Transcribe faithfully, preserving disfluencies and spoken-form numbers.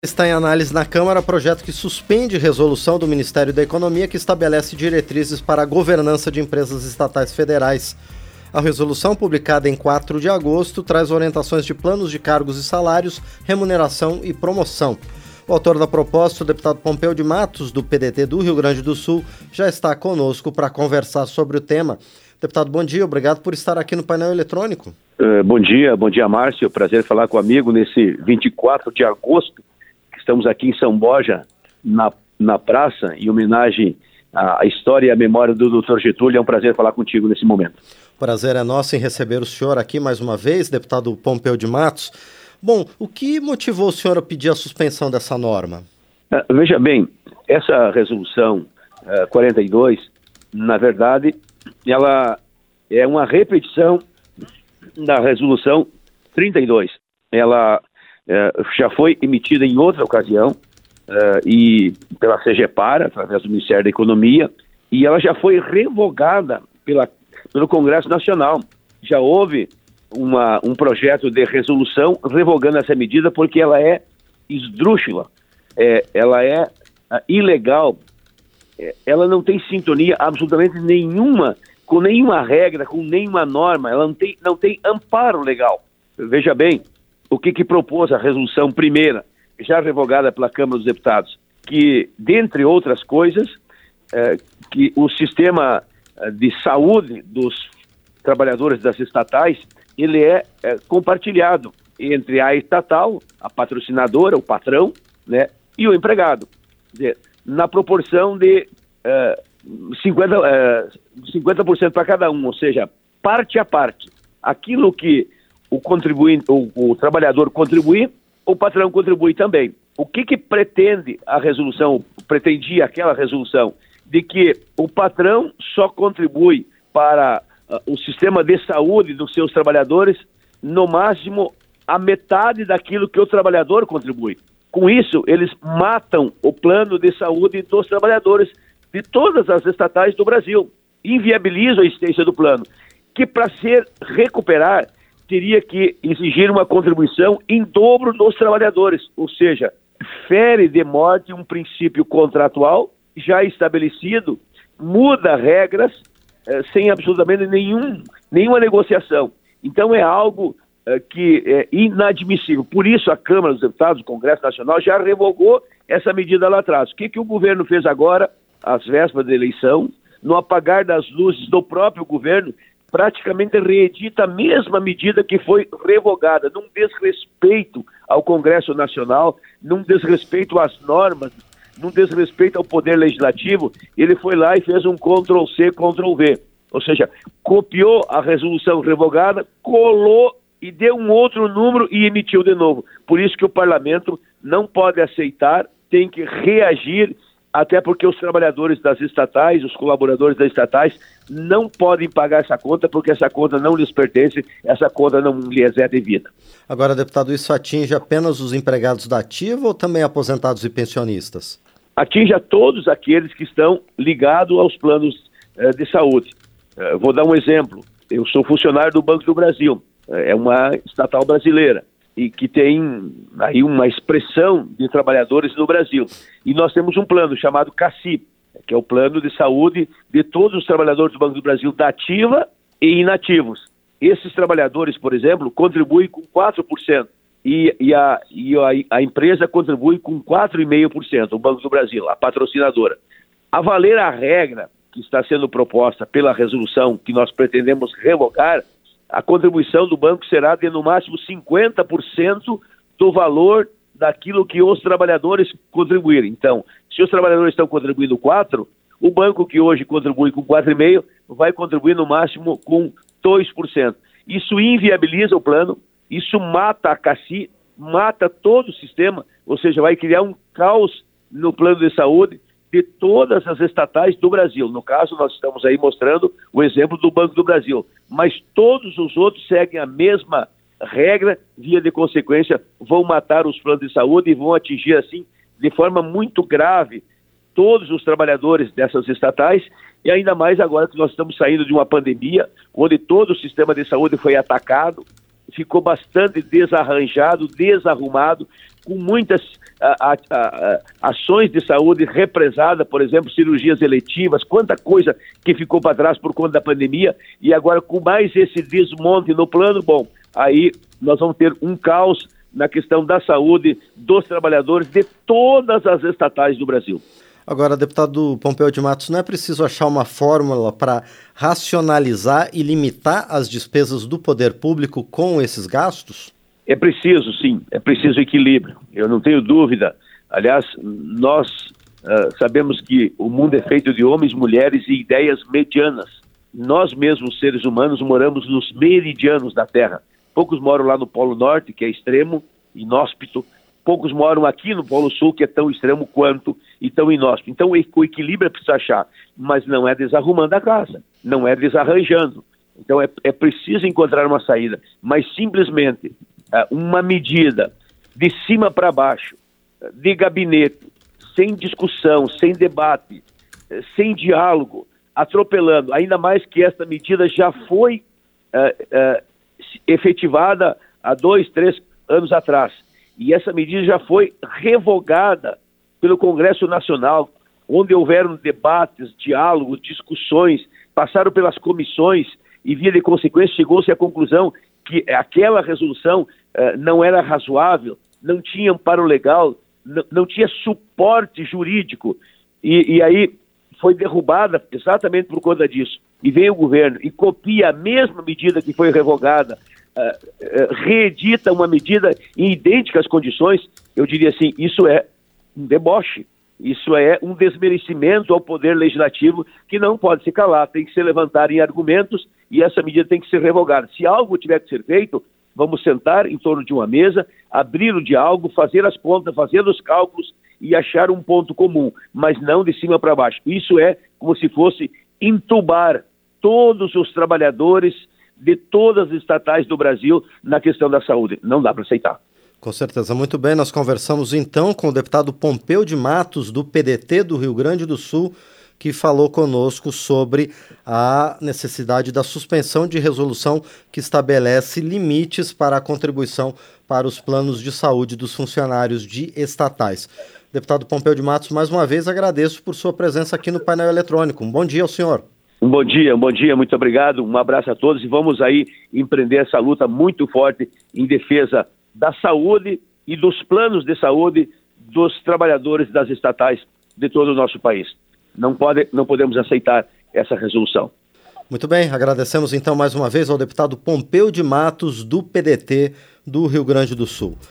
Está em análise na Câmara projeto que suspende resolução do Ministério da Economia que estabelece diretrizes para a governança de empresas estatais federais. A resolução, publicada em quatro de agosto, traz orientações de planos de cargos e salários, remuneração e promoção. O autor da proposta, o deputado Pompeu de Matos, do P D T do Rio Grande do Sul, já está conosco para conversar sobre o tema. Deputado, bom dia, obrigado por estar aqui no painel eletrônico. Uh, bom dia, bom dia, Márcio. Prazer falar com o amigo nesse vinte e quatro de agosto. Estamos aqui em São Borja, na, na praça, em homenagem à história e à memória do doutor Getúlio. É um prazer falar contigo nesse momento. Prazer é nosso em receber o senhor aqui mais uma vez, deputado Pompeu de Matos. Bom, o que motivou o senhor a pedir a suspensão dessa norma? Uh, veja bem, essa resolução uh, quarenta e dois, na verdade, ela é uma repetição da resolução trinta e dois. Ela Uh, já foi emitida em outra ocasião uh, e pela CEGEPAR, através do Ministério da Economia, e ela já foi revogada pela, pelo Congresso Nacional. Já houve uma, um projeto de resolução revogando essa medida porque ela é esdrúxula, é, ela é uh, ilegal, é, ela não tem sintonia absolutamente nenhuma, com nenhuma regra, com nenhuma norma, ela não tem, não tem amparo legal. Veja bem, o que, que propôs a resolução primeira, já revogada pela Câmara dos Deputados, que, dentre outras coisas, eh, que o sistema de saúde dos trabalhadores das estatais, ele é, é compartilhado entre a estatal, a patrocinadora, o patrão, né, e o empregado. Quer dizer, na proporção de eh, cinquenta, eh, cinquenta por cento para cada um, ou seja, parte a parte. Aquilo que o contribuinte, o, o trabalhador contribui, o patrão contribui também. O que que pretende a resolução, pretendia aquela resolução, de que o patrão só contribui para uh, o sistema de saúde dos seus trabalhadores, no máximo, a metade daquilo que o trabalhador contribui. Com isso, eles matam o plano de saúde dos trabalhadores de todas as estatais do Brasil, inviabilizam a existência do plano, que para ser recuperar, teria que exigir uma contribuição em dobro dos trabalhadores, ou seja, fere de morte um princípio contratual já estabelecido, muda regras eh, sem absolutamente nenhum, nenhuma negociação. Então é algo eh, que é inadmissível. Por isso a Câmara dos Deputados, o Congresso Nacional, já revogou essa medida lá atrás. O que, que o governo fez agora, às vésperas da eleição, no apagar das luzes do próprio governo, praticamente reedita a mesma medida que foi revogada, num desrespeito ao Congresso Nacional, num desrespeito às normas, num desrespeito ao Poder Legislativo. Ele foi lá e fez um control C, control V, ou seja, copiou a resolução revogada, colou e deu um outro número e emitiu de novo. Por isso que o Parlamento não pode aceitar, tem que reagir, até porque os trabalhadores das estatais, os colaboradores das estatais, não podem pagar essa conta, porque essa conta não lhes pertence, essa conta não lhes é devida. Agora, deputado, isso atinge apenas os empregados da ativa ou também aposentados e pensionistas? Atinge a todos aqueles que estão ligados aos planos eh, de saúde. Eh, vou dar um exemplo. Eu sou funcionário do Banco do Brasil, é uma estatal brasileira, e que tem aí uma expressão de trabalhadores no Brasil. E nós temos um plano chamado CACI, que é o plano de saúde de todos os trabalhadores do Banco do Brasil, da ativa e inativos. Esses trabalhadores, por exemplo, contribuem com quatro por cento e, e, a, e a, a empresa contribui com quatro vírgula cinco por cento, o Banco do Brasil, a patrocinadora. A valer a regra que está sendo proposta pela resolução que nós pretendemos revogar, a contribuição do banco será de, no máximo, cinquenta por cento do valor daquilo que os trabalhadores contribuírem. Então, se os trabalhadores estão contribuindo quatro por cento, o banco que hoje contribui com quatro vírgula cinco por cento vai contribuir, no máximo, com dois por cento. Isso inviabiliza o plano, isso mata a CACI, mata todo o sistema, ou seja, vai criar um caos no plano de saúde de todas as estatais do Brasil. No caso, nós estamos aí mostrando o exemplo do Banco do Brasil, mas todos os outros seguem a mesma regra, via de consequência, vão matar os planos de saúde e vão atingir, assim, de forma muito grave, todos os trabalhadores dessas estatais, e ainda mais agora que nós estamos saindo de uma pandemia, onde todo o sistema de saúde foi atacado, ficou bastante desarranjado, desarrumado, com muitas a, a, a, ações de saúde represada, por exemplo, cirurgias eletivas, quanta coisa que ficou para trás por conta da pandemia, e agora com mais esse desmonte no plano, bom, aí nós vamos ter um caos na questão da saúde dos trabalhadores de todas as estatais do Brasil. Agora, deputado Pompeu de Matos, não é preciso achar uma fórmula para racionalizar e limitar as despesas do poder público com esses gastos? É preciso, sim, é preciso equilíbrio, eu não tenho dúvida. Aliás, nós uh, sabemos que o mundo é feito de homens, mulheres e ideias medianas. Nós mesmos, seres humanos, moramos nos meridianos da Terra. Poucos moram lá no Polo Norte, que é extremo, inóspito. Poucos moram aqui no Polo Sul, que é tão extremo quanto e tão inóspito. Então, o equilíbrio é preciso achar, mas não é desarrumando a casa, não é desarranjando. Então, é, é preciso encontrar uma saída, mas simplesmente uma medida de cima para baixo, de gabinete, sem discussão, sem debate, sem diálogo, atropelando, ainda mais que esta medida já foi uh, uh, efetivada há dois, três anos atrás, e essa medida já foi revogada pelo Congresso Nacional, onde houveram debates, diálogos, discussões, passaram pelas comissões e, via de consequência, chegou-se à conclusão que aquela resolução uh, não era razoável, não tinha amparo legal, não, não tinha suporte jurídico, e, e aí foi derrubada exatamente por conta disso. E vem o governo e copia a mesma medida que foi revogada, uh, uh, reedita uma medida em idênticas condições. Eu diria assim, isso é um deboche, isso é um desmerecimento ao poder legislativo que não pode se calar, tem que se levantar em argumentos e essa medida tem que ser revogada. Se algo tiver que ser feito, vamos sentar em torno de uma mesa, abrir o diálogo, fazer as contas, fazer os cálculos e achar um ponto comum, mas não de cima para baixo. Isso é como se fosse entubar todos os trabalhadores de todas as estatais do Brasil na questão da saúde. Não dá para aceitar. Com certeza, muito bem. Nós conversamos então com o deputado Pompeu de Matos, do P D T do Rio Grande do Sul, que falou conosco sobre a necessidade da suspensão de resolução que estabelece limites para a contribuição para os planos de saúde dos funcionários de estatais. Deputado Pompeu de Matos, mais uma vez agradeço por sua presença aqui no painel eletrônico. Um bom dia ao senhor. Um bom dia, um bom dia, muito obrigado, um abraço a todos e vamos aí empreender essa luta muito forte em defesa da saúde e dos planos de saúde dos trabalhadores das estatais de todo o nosso país. Não, pode, não podemos aceitar essa resolução. Muito bem, agradecemos então mais uma vez ao deputado Pompeu de Matos, do P D T do Rio Grande do Sul.